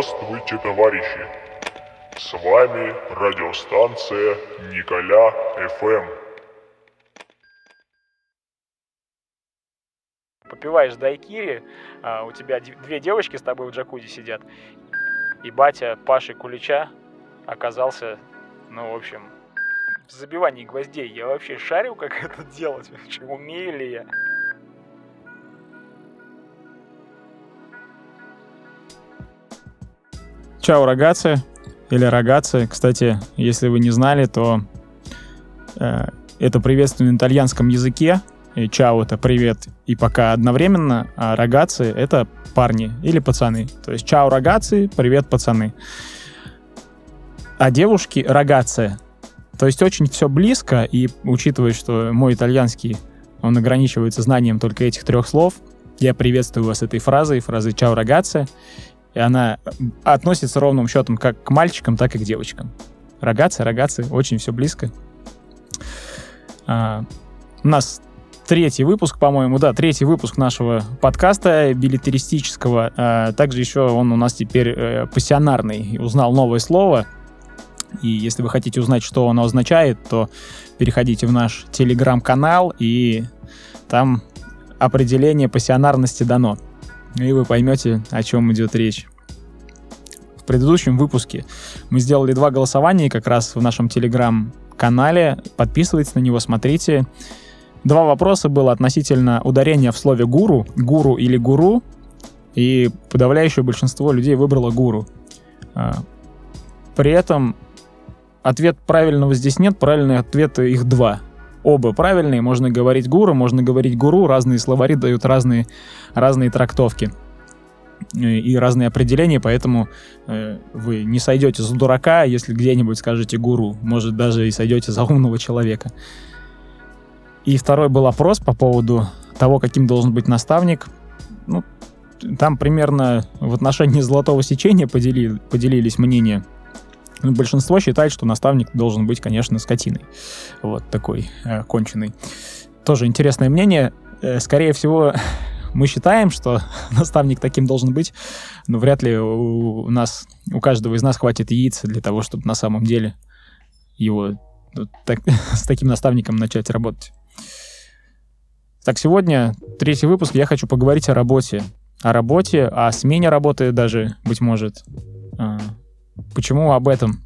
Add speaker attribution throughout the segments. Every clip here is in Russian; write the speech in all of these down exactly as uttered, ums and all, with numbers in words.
Speaker 1: Здравствуйте, товарищи! С вами радиостанция Николя эф эм.
Speaker 2: Попиваешь дайкири, а у тебя две девочки с тобой в джакузи сидят, и батя Паши Кулича оказался, ну, в общем, в забивании гвоздей. Я вообще шарю, как это делать, умею ли я.
Speaker 3: Чао, рагаци, или рагаци. Кстати, если вы не знали, то э, это приветствие на итальянском языке. И чао — это привет и пока одновременно, а рагаци — это парни или пацаны. То есть чао, рагаци, привет, пацаны. А девушки — рагаци. То есть очень все близко, и учитывая, что мой итальянский, он ограничивается знанием только этих трех слов, я приветствую вас этой фразой, фразой чао, рагаци. И она относится ровным счетом как к мальчикам, так и к девочкам. Рагаци, рагаци, очень все близко. А, у нас третий выпуск, по-моему, да, третий выпуск нашего подкаста билетаристического. А, также еще он у нас теперь э, пассионарный. Узнал новое слово. И если вы хотите узнать, что оно означает, то переходите в наш телеграм-канал, и там определение пассионарности дано. И вы поймете, о чем идет речь. В предыдущем выпуске мы сделали два голосования как раз в нашем телеграм-канале. Подписывайтесь на него, смотрите. Два вопроса было относительно ударения в слове «гуру», «гуру» или «гуру», и подавляющее большинство людей выбрало «гуру». При этом ответ правильного здесь нет, правильные ответы их два. Оба правильные, можно говорить гуру, можно говорить гуру, разные словари дают разные, разные трактовки и разные определения, поэтому э, вы не сойдете за дурака, если где-нибудь скажете гуру, может, даже и сойдете за умного человека. И второй был опрос по поводу того, каким должен быть наставник. Ну, там примерно в отношении золотого сечения подели, поделились мнения. Большинство считает, что наставник должен быть, конечно, скотиной. Вот такой э, конченый. Тоже интересное мнение. Э, скорее всего, мы считаем, что наставник таким должен быть, но вряд ли у, у нас, у каждого из нас хватит яиц для того, чтобы на самом деле его вот, так, с таким наставником начать работать. Так, сегодня третий выпуск, я хочу поговорить о работе. О работе, о смене работы даже, быть может. Э, Почему об этом?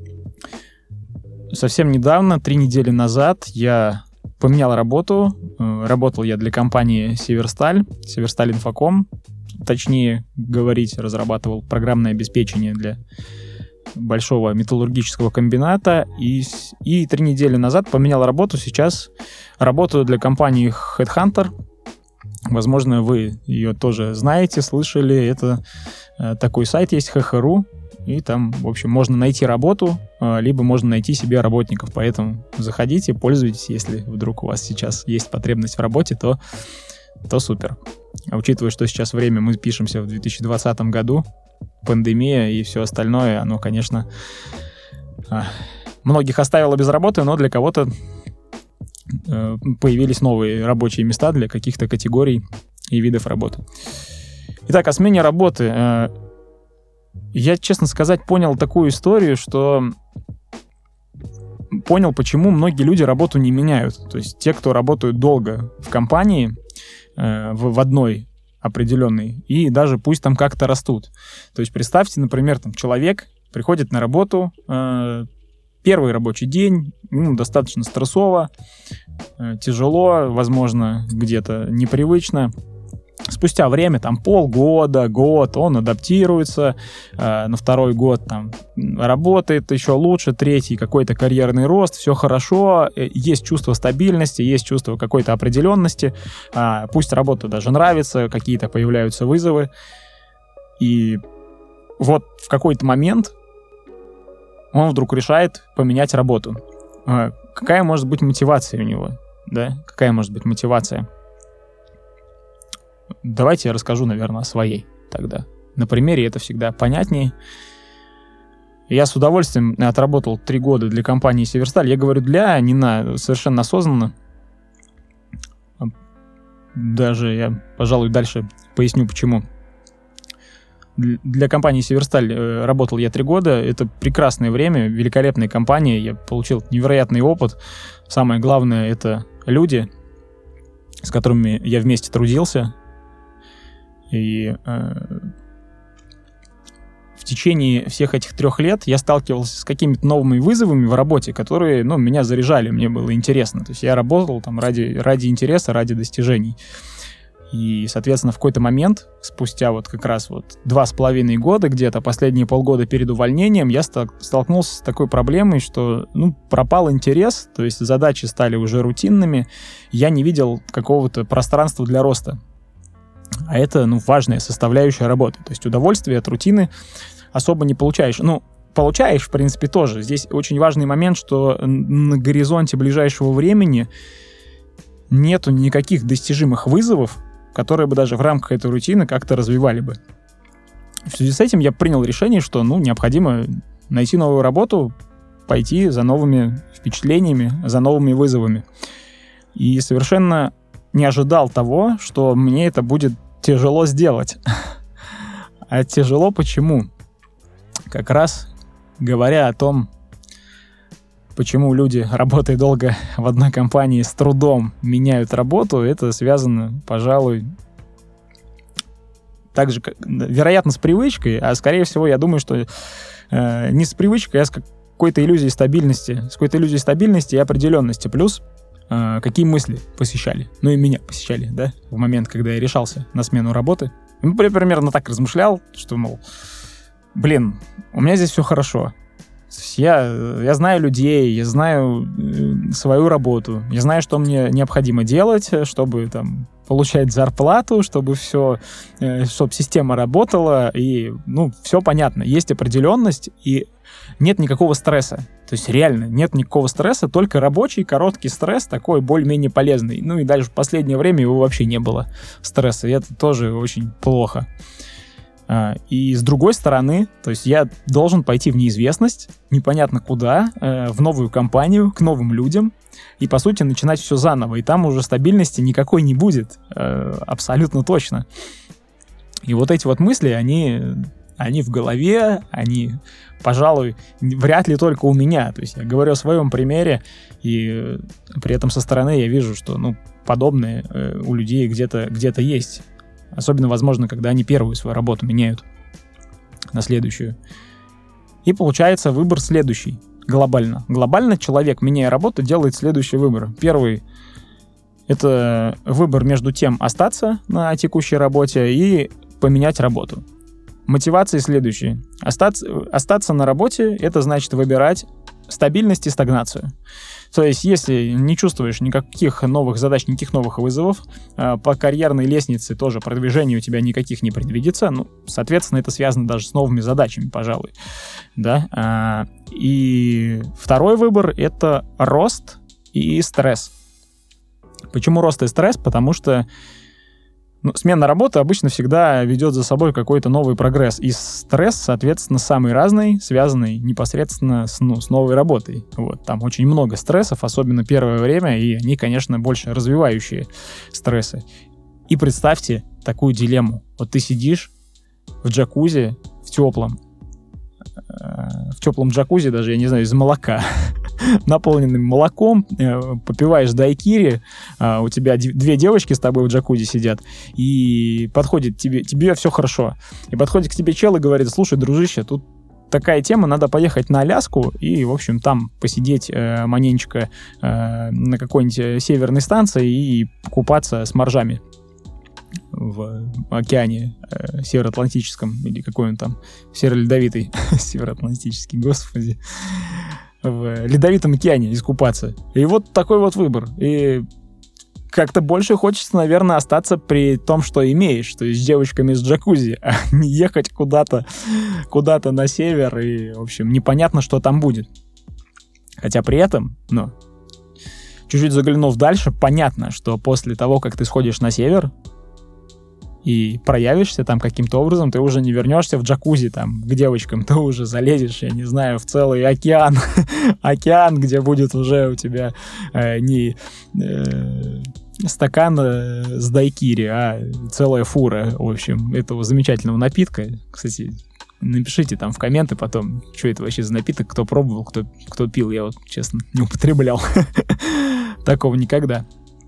Speaker 3: Совсем недавно, три недели назад, я поменял работу. Работал я для компании Северсталь, Северсталь Инфоком. Точнее говорить, разрабатывал программное обеспечение для большого металлургического комбината. И, и три недели назад поменял работу. Сейчас работаю для компании HeadHunter. Возможно, вы ее тоже знаете, слышали. Это такой сайт есть, эйч эйч точка ру. И там, в общем, можно найти работу, либо можно найти себе работников. Поэтому заходите, пользуйтесь. Если вдруг у вас сейчас есть потребность в работе, то, то супер. А учитывая, что сейчас время, мы пишемся в две тысячи двадцатом году, пандемия и все остальное, оно, конечно, многих оставило без работы, но для кого-то появились новые рабочие места для каких-то категорий и видов работы. Итак, о смене работы. Я, честно сказать, понял такую историю, что понял, почему многие люди работу не меняют. То есть те, кто работают долго в компании, э, в, в одной определенной, и даже пусть там как-то растут. То есть представьте, например, там человек приходит на работу, э, первый рабочий день, ему достаточно стрессово, э, тяжело, возможно, где-то непривычно. Спустя время, там, полгода, год, он адаптируется, э, на второй год там работает еще лучше, третий какой-то карьерный рост, все хорошо, э, есть чувство стабильности, есть чувство какой-то определенности, э, пусть работа даже нравится, какие-то появляются вызовы, и вот в какой-то момент он вдруг решает поменять работу. Э, какая может быть мотивация у него, да? Какая может быть мотивация? Давайте я расскажу, наверное, о своей тогда. На примере это всегда понятнее. Я с удовольствием отработал три года для компании Северсталь. Я говорю «для», не «на», совершенно осознанно. Даже я, пожалуй, дальше поясню, почему. Для компании «Северсталь» работал я три года. Это прекрасное время, великолепная компания. Я получил невероятный опыт. Самое главное — это люди, с которыми я вместе трудился. И э, в течение всех этих трех лет я сталкивался с какими-то новыми вызовами в работе, которые, ну, меня заряжали, мне было интересно. То есть я работал там ради, ради интереса, ради достижений. И, соответственно, в какой-то момент, спустя вот как раз вот два с половиной года, где-то последние полгода перед увольнением, я столкнулся с такой проблемой, что, ну, пропал интерес, то есть задачи стали уже рутинными, я не видел какого-то пространства для роста. А это, ну, важная составляющая работы. То есть удовольствие от рутины особо не получаешь. Ну, получаешь, в принципе, тоже. Здесь очень важный момент, что на горизонте ближайшего времени нету никаких достижимых вызовов, которые бы даже в рамках этой рутины как-то развивали бы. В связи с этим я принял решение, что, ну, необходимо найти новую работу, пойти за новыми впечатлениями, за новыми вызовами. И совершенно не ожидал того, что мне это будет тяжело сделать. А тяжело почему? Как раз говоря о том, почему люди, работая долго в одной компании, с трудом меняют работу, это связано, пожалуй, также, вероятно, с привычкой, а скорее всего, я думаю, что э, не с привычкой, а с какой-то иллюзией стабильности, с какой-то иллюзией стабильности и определенности. Плюс, э, какие мысли посещали, ну и меня посещали, да, в момент, когда я решался на смену работы. Ну, примерно так размышлял, что, мол, блин, у меня здесь все хорошо. Я, я знаю людей, я знаю э, свою работу, я знаю, что мне необходимо делать, чтобы там получать зарплату, чтобы все, э, чтобы система работала, и, ну, все понятно, есть определенность, и нет никакого стресса. То есть реально нет никакого стресса, только рабочий короткий стресс, такой более-менее полезный. Ну и дальше в последнее время его вообще не было, стресса, и это тоже очень плохо. И с другой стороны, то есть я должен пойти в неизвестность, непонятно куда, в новую компанию, к новым людям, и, по сути, начинать все заново. И там уже стабильности никакой не будет, абсолютно точно. И вот эти вот мысли, они, они в голове, они, пожалуй, вряд ли только у меня. То есть я говорю о своем примере, и при этом со стороны я вижу, что, ну, подобное у людей где-то, где-то есть. Особенно, возможно, когда они первую свою работу меняют на следующую. И получается выбор следующий, глобально. Глобально человек, меняя работу, делает следующий выбор. Первый — это выбор между тем остаться на текущей работе и поменять работу. Мотивации следующие. Остаться, остаться на работе — это значит выбирать стабильность и стагнацию. То есть, если не чувствуешь никаких новых задач, никаких новых вызовов, по карьерной лестнице тоже продвижения у тебя никаких не предвидится, ну, соответственно, это связано даже с новыми задачами, пожалуй, да. И второй выбор — это рост и стресс. Почему рост и стресс? Потому что, ну, смена работы обычно всегда ведет за собой какой-то новый прогресс. И стресс, соответственно, самый разный, связанный непосредственно с, ну, с новой работой. Вот. Там очень много стрессов, особенно первое время, и они, конечно, больше развивающие стрессы. И представьте такую дилемму. Вот ты сидишь в джакузи, в теплом, в теплом джакузи даже, я не знаю, из молока, наполненным молоком, попиваешь дайкири, у тебя две девочки с тобой в джакузи сидят, и подходит тебе, тебе все хорошо, и подходит к тебе чел и говорит: слушай, дружище, тут такая тема, надо поехать на Аляску и, в общем, там посидеть э, маненечко э, на какой-нибудь северной станции и купаться с моржами в океане э, Североатлантическом, или какой он там, Северо-Ледовитый, Североатлантический, господи, в Ледовитом океане искупаться. И вот такой вот выбор. И как-то больше хочется, наверное, остаться при том, что имеешь, то есть с девочками с джакузи, а не ехать куда-то, куда-то на север, и, в общем, непонятно, что там будет. Хотя при этом, ну, чуть-чуть заглянув дальше, понятно, что после того, как ты сходишь на север и проявишься там каким-то образом, ты уже не вернешься в джакузи там к девочкам, ты уже залезешь, я не знаю, в целый океан, океан, где будет уже у тебя э, не, э, стакан э, с дайкири, а целая фура, в общем, этого замечательного напитка. Кстати, напишите там в комменты потом, что это вообще за напиток, кто пробовал, кто, кто пил. Я вот, честно, не употреблял такого никогда.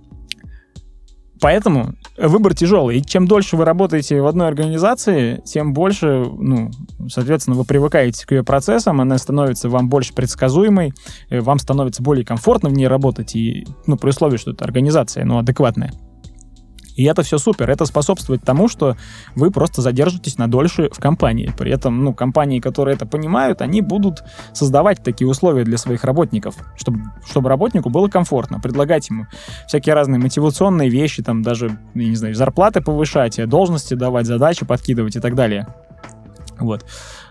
Speaker 3: Поэтому выбор тяжелый. И чем дольше вы работаете в одной организации, тем больше, ну, соответственно, вы привыкаете к ее процессам, она становится вам больше предсказуемой, вам становится более комфортно в ней работать, и, ну, при условии, что это организация, ну, адекватная. И это все супер. Это способствует тому, что вы просто задержитесь на дольше в компании. При этом, ну, компании, которые это понимают, они будут создавать такие условия для своих работников, чтобы, чтобы работнику было комфортно, предлагать ему всякие разные мотивационные вещи, там даже, я не знаю, зарплаты повышать, должности давать, задачи подкидывать и так далее. Вот.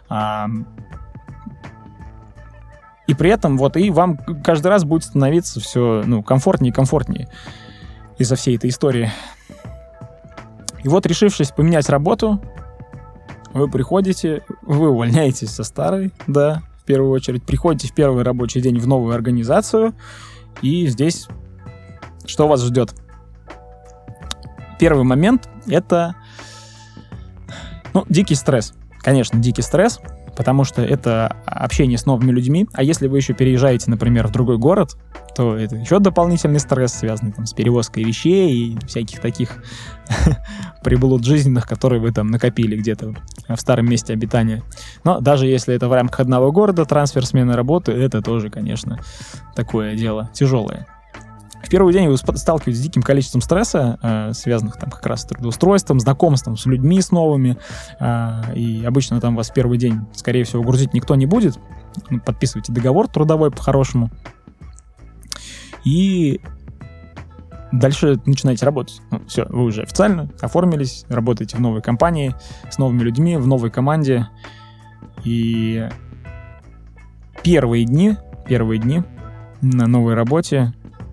Speaker 3: И при этом вот и вам каждый раз будет становиться все, ну, комфортнее и комфортнее из-за всей этой истории. И вот, решившись поменять работу, вы приходите, вы увольняетесь со старой, да, в первую очередь, приходите в первый рабочий день в новую организацию, и здесь что вас ждет? Первый момент — это, ну, дикий стресс. Конечно, дикий стресс, потому что это общение с новыми людьми, а если вы еще переезжаете, например, в другой город, то это еще дополнительный стресс, связанный там с перевозкой вещей и всяких таких приблуд жизненных, которые вы там накопили где-то в старом месте обитания. Но даже если это в рамках одного города, трансфер, смена работы, это тоже, конечно, такое дело тяжелое. В первый день вы сталкиваетесь с диким количеством стресса, э, связанных там как раз с трудоустройством, знакомством с людьми, с новыми. Э, и обычно там вас в первый день, скорее всего, грузить никто не будет. Подписывайте договор трудовой по-хорошему. И дальше начинаете работать. Ну, все, вы уже официально оформились, работаете в новой компании, с новыми людьми, в новой команде. И первые дни, первые дни на новой работе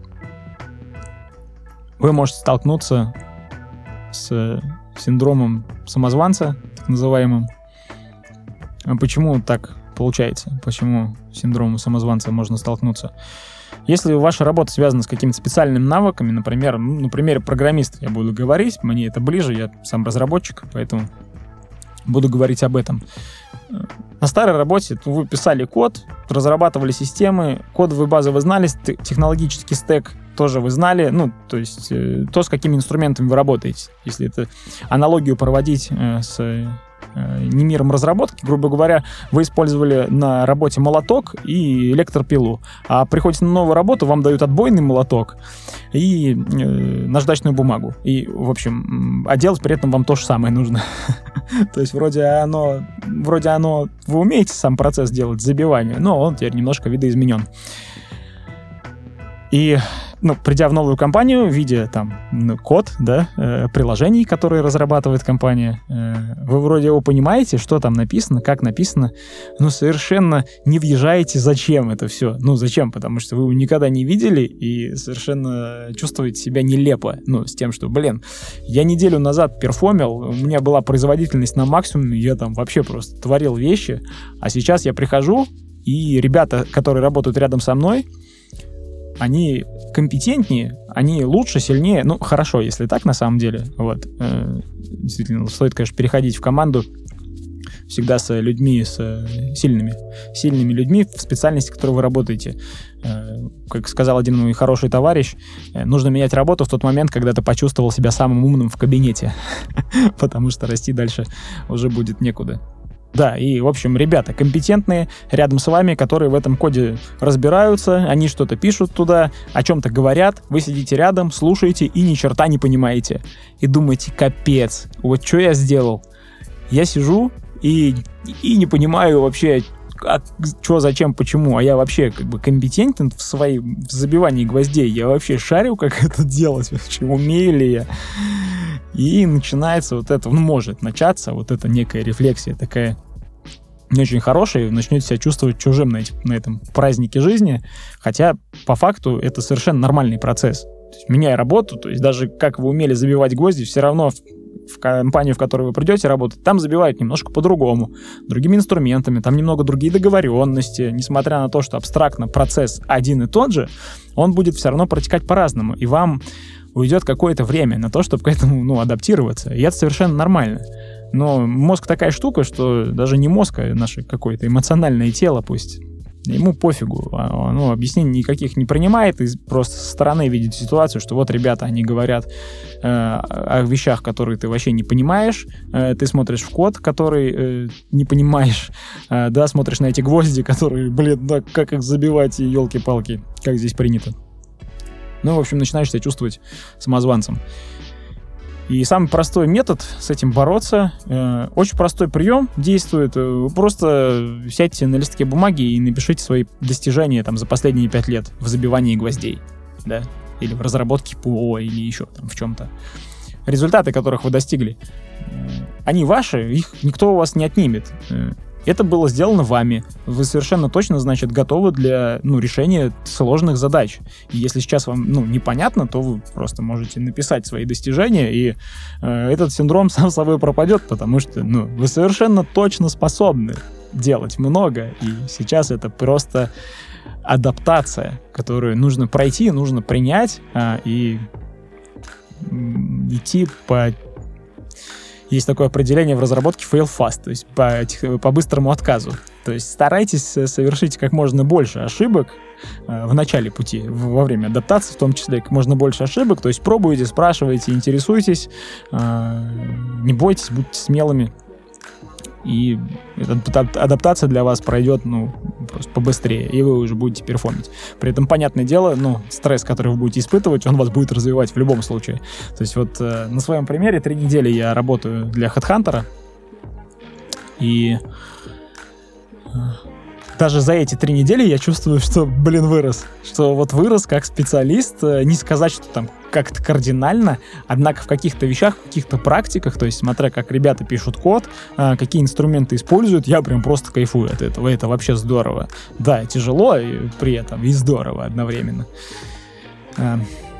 Speaker 3: вы можете столкнуться с синдромом самозванца, так называемым. А почему так получается? Почему с синдромом самозванца можно столкнуться? Если ваша работа связана с какими-то специальными навыками, например, ну, на примере программиста я буду говорить, мне это ближе, я сам разработчик, поэтому буду говорить об этом. На старой работе вы писали код, разрабатывали системы, кодовые базы вы знали, технологический стек тоже вы знали, ну, то есть э, то, с какими инструментами вы работаете. Если это аналогию проводить э, с э, не миром разработки, грубо говоря, вы использовали на работе молоток и электропилу, а приходите на новую работу, вам дают отбойный молоток и э, наждачную бумагу. И, в общем, а делать при этом вам то же самое нужно. То есть вроде оно, вроде оно, вы умеете сам процесс делать, забивание, но он теперь немножко видоизменен. И, ну, придя в новую компанию, видя там ну, код, да, э, приложений, которые разрабатывает компания, э, вы вроде его понимаете, что там написано, как написано, но совершенно не въезжаете, зачем это все. Ну, зачем? Потому что вы его никогда не видели и совершенно чувствуете себя нелепо, ну, с тем, что, блин, я неделю назад перформил, у меня была производительность на максимуме, я там вообще просто творил вещи, а сейчас я прихожу, и ребята, которые работают рядом со мной, они компетентнее, они лучше, сильнее. Ну, хорошо, если так на самом деле. Вот. Э, действительно, стоит, конечно, переходить в команду всегда с людьми, с сильными, сильными людьми в специальности, в которой вы работаете. Э, как сказал один мой хороший товарищ, э, нужно менять работу в тот момент, когда ты почувствовал себя самым умным в кабинете. Потому что расти дальше уже будет некуда. Да, и, в общем, ребята компетентные рядом с вами, которые в этом коде разбираются, они что-то пишут туда, о чем-то говорят, вы сидите рядом, слушаете и ни черта не понимаете. И думаете, капец, вот что я сделал? Я сижу и, и не понимаю вообще, как, что, зачем, почему, а я вообще как бы компетентен в своем в забивании гвоздей, я вообще шарю, как это делать, вообще, умею ли я? И начинается вот это, ну, может начаться вот эта некая рефлексия такая не очень хорошая, и начнете себя чувствовать чужим на, этим, на этом празднике жизни, хотя по факту это совершенно нормальный процесс. То есть, меняя работу, то есть даже как вы умели забивать гвозди, все равно в, в компанию, в которую вы придете работать, там забивают немножко по-другому, другими инструментами, там немного другие договоренности, несмотря на то, что абстрактно процесс один и тот же, он будет все равно протекать по-разному, и вам уйдет какое-то время на то, чтобы к этому, ну, адаптироваться. И это совершенно нормально. Но мозг такая штука, что даже не мозг, а наше какое-то эмоциональное тело, пусть, ему пофигу. Ну, объяснений никаких не принимает, и просто со стороны видит ситуацию, что вот ребята, они говорят э, о вещах, которые ты вообще не понимаешь, э, ты смотришь в код, который э, не понимаешь, э, да, смотришь на эти гвозди, которые, блин, да, как их забивать, елки-палки, как здесь принято. Ну, в общем, начинаешь себя чувствовать самозванцем. И самый простой метод с этим бороться, э, очень простой прием действует. Вы просто сядьте на листке бумаги и напишите свои достижения там, за последние пять лет в забивании гвоздей, да, или в разработке ПО, или еще там в чем-то. Результаты, которых вы достигли, э, они ваши, их никто у вас не отнимет. Э, Это было сделано вами. Вы совершенно точно, значит, готовы для, ну, решения сложных задач. И если сейчас вам, ну, непонятно, то вы просто можете написать свои достижения, и э, этот синдром сам собой пропадет, потому что, ну, вы совершенно точно способны делать много, и сейчас это просто адаптация, которую нужно пройти, нужно принять э, и м, идти по... Есть такое определение в разработке fail fast, то есть по, по быстрому отказу. То есть старайтесь совершить как можно больше ошибок э, в начале пути, в, во время адаптации, в том числе как можно больше ошибок. То есть пробуйте, спрашивайте, интересуйтесь, э, не бойтесь, будьте смелыми. И эта адаптация для вас пройдет, ну, просто побыстрее, и вы уже будете перформить. При этом, понятное дело, ну, стресс, который вы будете испытывать, он вас будет развивать в любом случае. То есть вот э, на своем примере три недели я работаю для HeadHunter, и э, даже за эти три недели я чувствую, что, блин, вырос. Что вот вырос как специалист, э, не сказать, что там как-то кардинально, однако в каких-то вещах, в каких-то практиках, то есть смотря как ребята пишут код, э, какие инструменты используют, я прям просто кайфую от этого, это вообще здорово. Да, тяжело и при этом, и здорово одновременно. Э,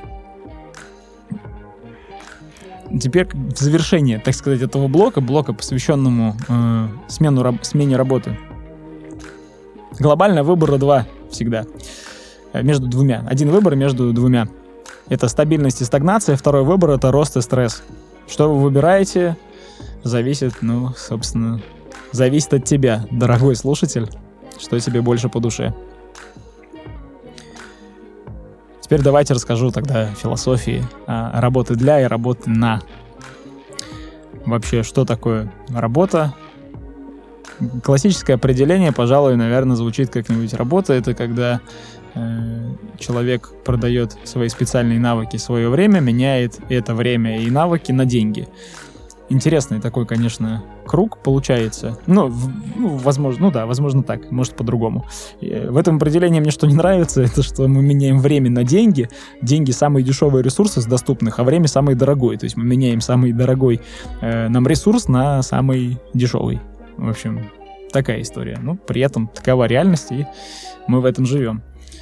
Speaker 3: Теперь в завершение, так сказать, этого блока, блока, посвященному э, смену, раб, смене работы. Глобально выбора два всегда. Между двумя. Один выбор между двумя. Это стабильность и стагнация. Второй выбор — это рост и стресс. Что вы выбираете, зависит, ну, собственно, зависит от тебя, дорогой слушатель, что тебе больше по душе. Теперь давайте расскажу тогда философии а, работы для и работы на. Вообще, что такое работа? Классическое определение, пожалуй, наверное, звучит как-нибудь. Работа — это когда э, человек продает свои специальные навыки, свое время, меняет это время и навыки на деньги. Интересный такой, конечно, круг получается. Ну, в, ну, возможно, ну да, возможно так, может по-другому. И в этом определении мне что не нравится, это что мы меняем время на деньги. Деньги — самый дешевый ресурс из доступных, а время — самый дорогой. То есть мы меняем самый дорогой э, нам ресурс на самый дешевый. В общем, такая история. Ну, при этом такова реальность, и мы в этом живем.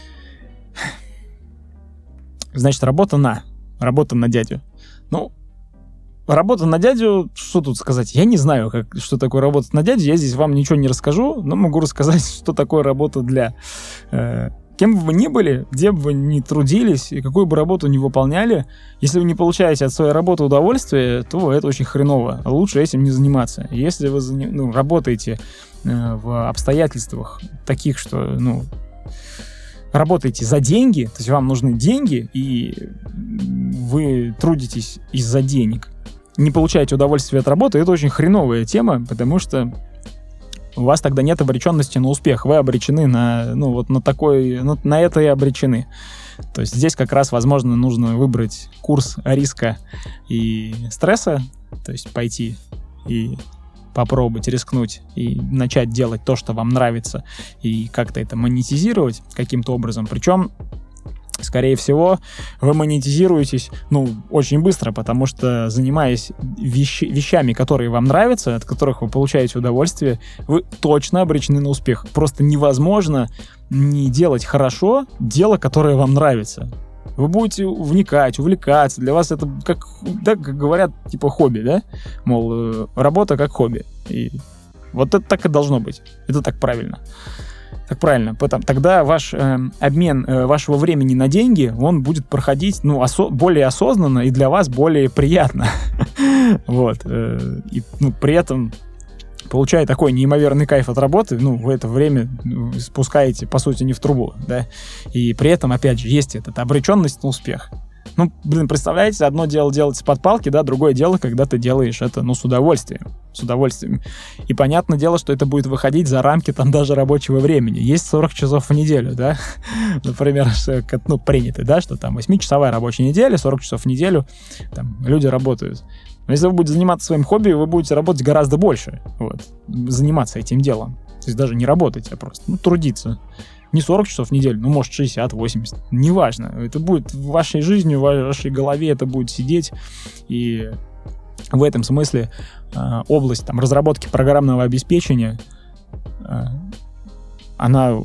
Speaker 3: Значит, работа на. Работа на дядю. Ну, работа на дядю, что тут сказать? Я не знаю, как, что такое работа на дядю. Я здесь вам ничего не расскажу, но могу рассказать, что такое работа для... Э, кем бы вы ни были, где бы вы ни трудились, и какую бы работу ни выполняли, если вы не получаете от своей работы удовольствие, то это очень хреново. Лучше этим не заниматься. Если вы заня... ну, работаете э, в обстоятельствах таких, что, ну, работаете за деньги, то есть вам нужны деньги, и вы трудитесь из-за денег, не получаете удовольствие от работы, это очень хреновая тема, потому что у вас тогда нет обреченности на успех. Вы обречены на, ну, вот на такой, на, на это и обречены. То есть здесь как раз, возможно, нужно выбрать курс риска и стресса, то есть пойти и попробовать, рискнуть и начать делать то, что вам нравится, и как-то это монетизировать каким-то образом. Причем, скорее всего, вы монетизируетесь, ну, очень быстро, потому что, занимаясь вещи, вещами, которые вам нравятся, от которых вы получаете удовольствие, вы точно обречены на успех. Просто невозможно не делать хорошо дело, которое вам нравится. Вы будете вникать, увлекаться. Для вас это, как, да, как говорят, типа хобби, да? Мол, работа как хобби. И вот это так и должно быть. Это так правильно. Так правильно. Потом, тогда ваш э, обмен э, вашего времени на деньги, он будет проходить, ну, осо- более осознанно и для вас более приятно. Вот. Э, и, ну, при этом, получая такой неимоверный кайф от работы, ну, вы это время ну, спускаете, по сути, не в трубу, да. И при этом, опять же, есть эта обреченность на успех. Ну, блин, представляете, одно дело делать с-под палки, да, другое дело, когда ты делаешь это, ну, с удовольствием, с удовольствием. И понятное дело, что это будет выходить за рамки там даже рабочего времени. Есть сорок часов в неделю, да, например, ну, принято, да, что там восьмичасовая рабочая неделя, сорок часов в неделю, там, люди работают. Но если вы будете заниматься своим хобби, вы будете работать гораздо больше, вот, заниматься этим делом. То есть даже не работать, а просто, ну, трудиться. Не сорок часов в неделю, ну, может, шестьдесят, восемьдесят. Неважно. Это будет в вашей жизни, в вашей голове это будет сидеть. И в этом смысле э, область там, разработки программного обеспечения, э, она...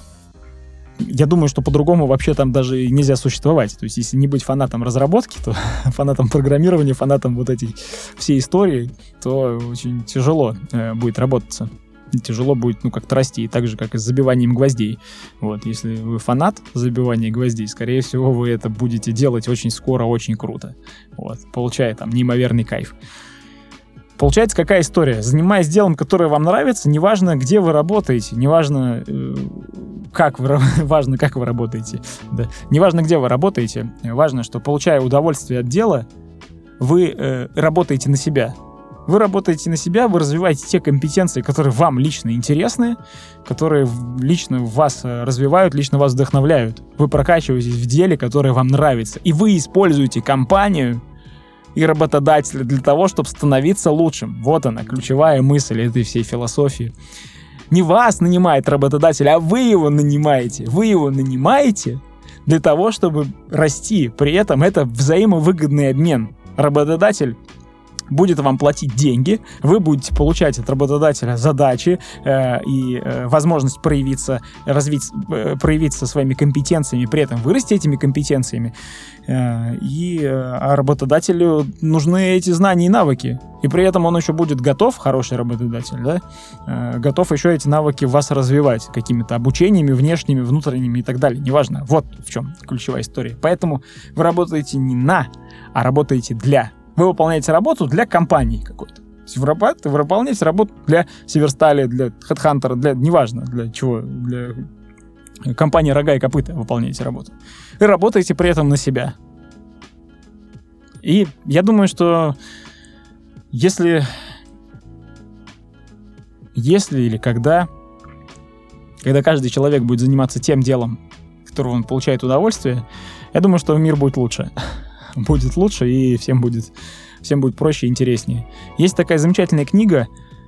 Speaker 3: Я думаю, что по-другому вообще там даже нельзя существовать. То есть, если не быть фанатом разработки, то фанатом программирования, фанатом вот этой всей истории, то очень тяжело э, будет работаться. Тяжело будет, ну, как-то расти, так же, как и с забиванием гвоздей. Вот, если вы фанат забивания гвоздей, скорее всего, вы это будете делать очень скоро, очень круто. Вот, получая там неимоверный кайф. Получается, какая история? Занимаясь делом, которое вам нравится, неважно, где вы работаете, неважно, э, как вы, важно, как вы работаете, да. Неважно, где вы работаете, важно, что, получая удовольствие от дела, вы э, работаете на себя. Вы работаете на себя, вы развиваете те компетенции, которые вам лично интересны, которые лично вас развивают, лично вас вдохновляют. Вы прокачиваетесь в деле, которое вам нравится. И вы используете компанию и работодателя для того, чтобы становиться лучшим. Вот она, ключевая мысль этой всей философии. Не вас нанимает работодатель, а вы его нанимаете. Вы его нанимаете для того, чтобы расти. При этом это взаимовыгодный обмен. Работодатель будет вам платить деньги, вы будете получать от работодателя задачи э, и э, возможность проявиться, развить, э, проявиться своими компетенциями, при этом вырасти этими компетенциями. Э, и э, работодателю нужны эти знания и навыки. И при этом он еще будет готов, хороший работодатель, да, э, готов еще эти навыки в вас развивать какими-то обучениями, внешними, внутренними и так далее. Неважно. Вот в чем ключевая история. Поэтому вы работаете не на, а работаете для. Вы выполняете работу для компании какой-то. Вы выполняете работу для Северстали, для HeadHunter, для, неважно, для чего, для компании «Рога и копыта» выполняете работу. И работаете при этом на себя. И я думаю, что если, если или когда, когда каждый человек будет заниматься тем делом, которого он получает удовольствие, я думаю, что мир будет лучше. Будет лучше, и всем будет, всем будет проще и интереснее. Есть такая замечательная книга,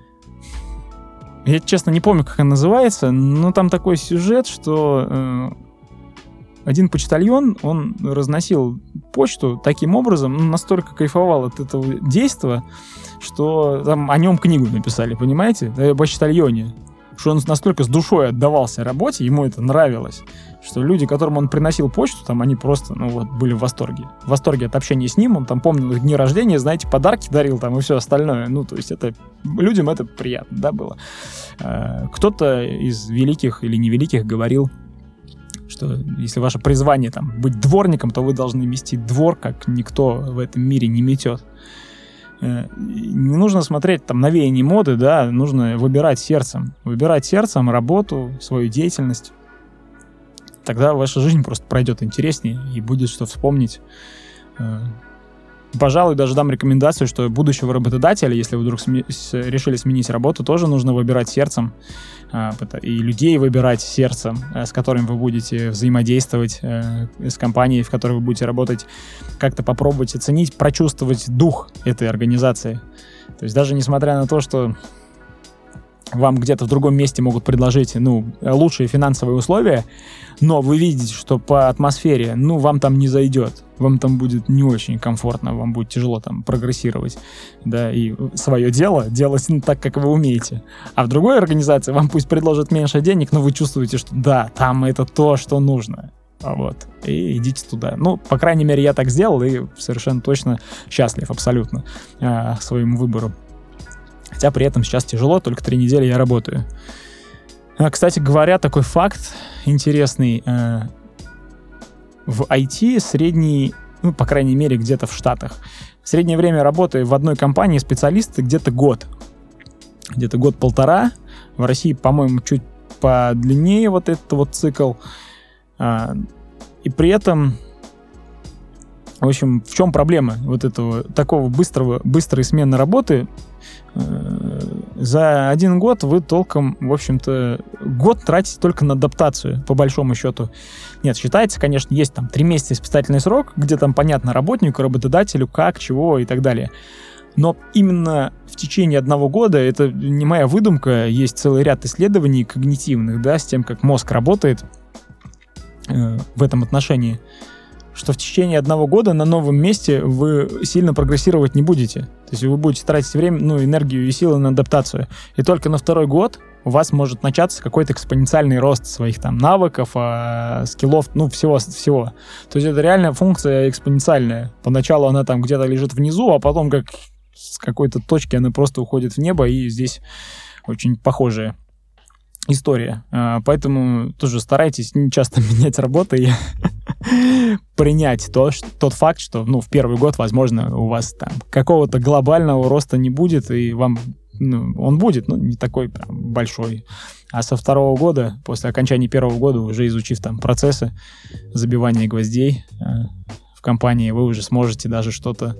Speaker 3: я, честно, не помню, как она называется, но там такой сюжет, что э, один почтальон, он разносил почту таким образом, он настолько кайфовал от этого действия, что там о нем книгу написали, понимаете? О почтальоне. Что он настолько с душой отдавался работе, ему это нравилось, что люди, которым он приносил почту, там они просто, ну вот, были в восторге. В восторге от общения с ним, он там помнил их дни рождения, знаете, подарки дарил там и все остальное. Ну, то есть это, людям это приятно, да, было. Кто-то из великих или невеликих говорил, что если ваше призвание там быть дворником, то вы должны мести двор, как никто в этом мире не метет. Не нужно смотреть там на веяние моды, да, нужно выбирать сердцем. Выбирать сердцем работу, свою деятельность. Тогда ваша жизнь просто пройдет интереснее и будет что вспомнить. Пожалуй, даже дам рекомендацию, что будущего работодателя, если вы вдруг сме- решили сменить работу, тоже нужно выбирать сердцем. И людей выбирать сердцем, с которым вы будете взаимодействовать, с компанией, в которой вы будете работать. Как-то попробовать оценить, прочувствовать дух этой организации. То есть даже несмотря на то, что вам где-то в другом месте могут предложить, ну, лучшие финансовые условия, но вы видите, что по атмосфере, ну, вам там не зайдет, вам там будет не очень комфортно, вам будет тяжело там прогрессировать, да, и свое дело делать, ну, так, как вы умеете. А в другой организации вам пусть предложат меньше денег, но вы чувствуете, что да, там это то, что нужно. Вот, и идите туда. Ну, по крайней мере, я так сделал и совершенно точно счастлив абсолютно э, своему выбору. Хотя при этом сейчас тяжело, только три недели я работаю. Кстати говоря, такой факт интересный. В ай ти средний, ну, по крайней мере, где-то в Штатах, среднее время работы в одной компании специалисты где-то год. Где-то год-полтора. В России, по-моему, чуть подлиннее вот этот вот цикл. И при этом, в общем, в чем проблема вот этого такого быстрого, быстрой смены работы? За один год вы толком, в общем-то, год тратите только на адаптацию, по большому счету. Нет, считается, конечно, есть там три месяца испытательный срок, где там понятно работнику, работодателю, как, чего и так далее. Но именно в течение одного года, это не моя выдумка, есть целый ряд исследований когнитивных, да, с тем, как мозг работает э, в этом отношении, что в течение одного года на новом месте вы сильно прогрессировать не будете. То есть вы будете тратить время, ну, энергию и силы на адаптацию. И только на второй год у вас может начаться какой-то экспоненциальный рост своих там навыков, э, скиллов, ну, всего, всего. То есть это реально функция экспоненциальная. Поначалу она там где-то лежит внизу, а потом как с какой-то точки она просто уходит в небо, и здесь очень похожая история. Поэтому тоже старайтесь не часто менять работы и принять то, что, тот факт, что, ну, в первый год, возможно, у вас там какого-то глобального роста не будет, и вам, ну, он будет, но не такой прям большой. А со второго года, после окончания первого года, уже изучив там процессы забивания гвоздей в компании, вы уже сможете даже что-то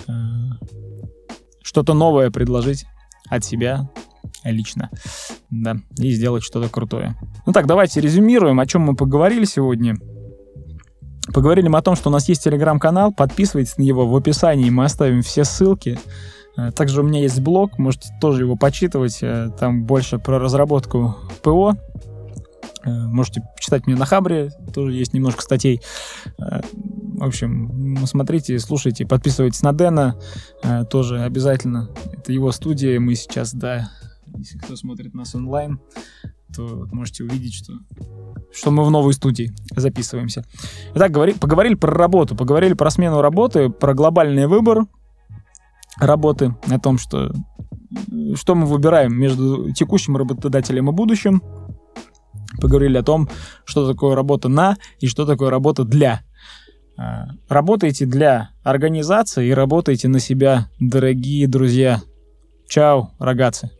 Speaker 3: что-то новое предложить от себя лично, да, и сделать что-то крутое. Ну так, давайте резюмируем, о чем мы поговорили сегодня. Поговорили мы о том, что у нас есть телеграм-канал, подписывайтесь на него, в описании мы оставим все ссылки. Также у меня есть блог, можете тоже его почитывать, там больше про разработку ПО. Можете почитать мне на Хабре, тоже есть немножко статей. В общем, смотрите, слушайте, подписывайтесь на Дэна, тоже обязательно. Это его студия, мы сейчас, да, если кто смотрит нас онлайн, то можете увидеть, что, что мы в новой студии записываемся. Итак, говори, поговорили про работу, поговорили про смену работы, про глобальный выбор работы, о том, что, что мы выбираем между текущим работодателем и будущим. Поговорили о том, что такое работа на и что такое работа для. Работайте для организации и работайте на себя, дорогие друзья. Чао, рагаци.